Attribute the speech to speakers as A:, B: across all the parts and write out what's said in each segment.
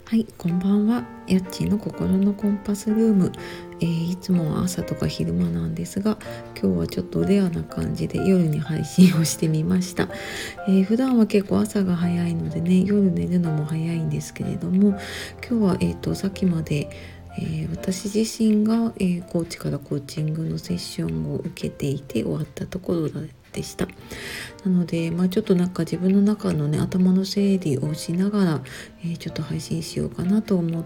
A: はい、こんばんは。やっちの心のコンパスルーム、いつもは朝とか昼間なんですが、今日はちょっとレアな感じで夜に配信をしてみました。普段は結構朝が早いのでね、夜寝るのも早いんですけれども、今日は、さっきまで、私自身が、コーチからコーチングのセッションを受けていて終わったところでした。なので、ちょっと自分の中のね頭の整理をしながら、ちょっと配信しようかなと思って、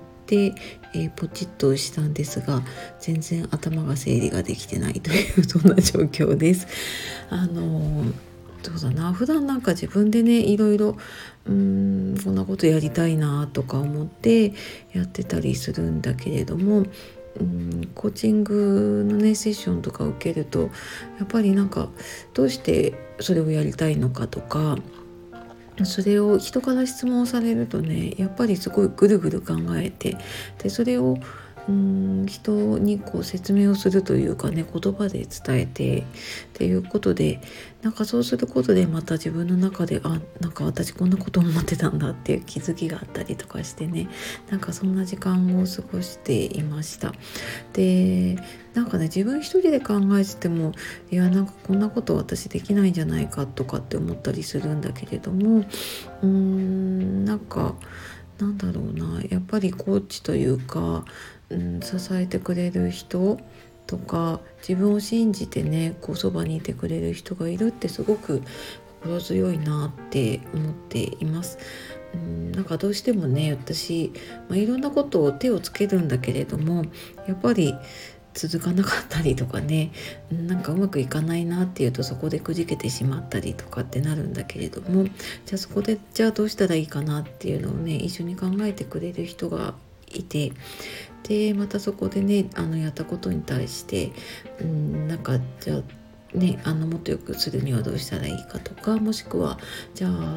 A: ポチッとしたんですが、全然頭が整理ができてないというそんな状況です。そうだな、普段自分でねいろいろこんなことやりたいなとか思ってやってたりするんだけれども、コーチングのねセッションとか受けるとやっぱりどうしてそれをやりたいのかとか、それを人から質問されるとねやっぱりすごいぐるぐる考えて、でそれを人に説明をするというかね、言葉で伝えてっていうことで、そうすることでまた自分の中で私こんなこと思ってたんだっていう気づきがあったりとかしてね、そんな時間を過ごしていました。で自分一人で考えてても、いやこんなこと私できないんじゃないかとかって思ったりするんだけれども、なんだろうな、やっぱりコーチというか、支えてくれる人とか自分を信じてねそばにいてくれる人がいるってすごく心強いなって思っています。どうしてもね私、いろんなことを手をつけるんだけれども、やっぱり続かなかったりとかね、うまくいかないなっていうとそこでくじけてしまったりとかってなるんだけれども、じゃあそこでどうしたらいいかなっていうのをね一緒に考えてくれる人がいて、でまたそこでねやったことに対してじゃあねもっと良くするにはどうしたらいいかとか、もしくはじゃあ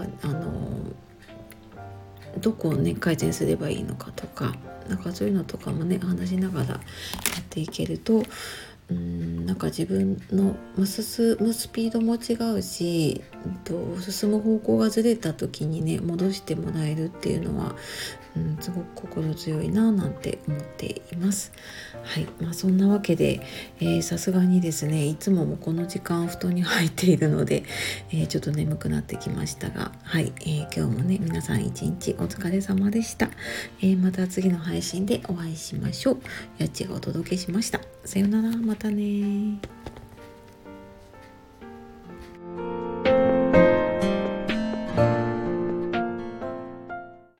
A: どこをね改善すればいいのかとか、そういうのとかもね話しながらやっていけると、自分の進むスピードも違うし、進む方向がずれた時にね戻してもらえるっていうのは、すごく心強いななんて思っています。はい、そんなわけでさすがにですねいつもこの時間布団に入っているので、ちょっと眠くなってきましたが、はい、今日もね皆さん一日お疲れ様でした。また次の配信でお会いしましょう。やっちがお届けしました。さよなら、またね。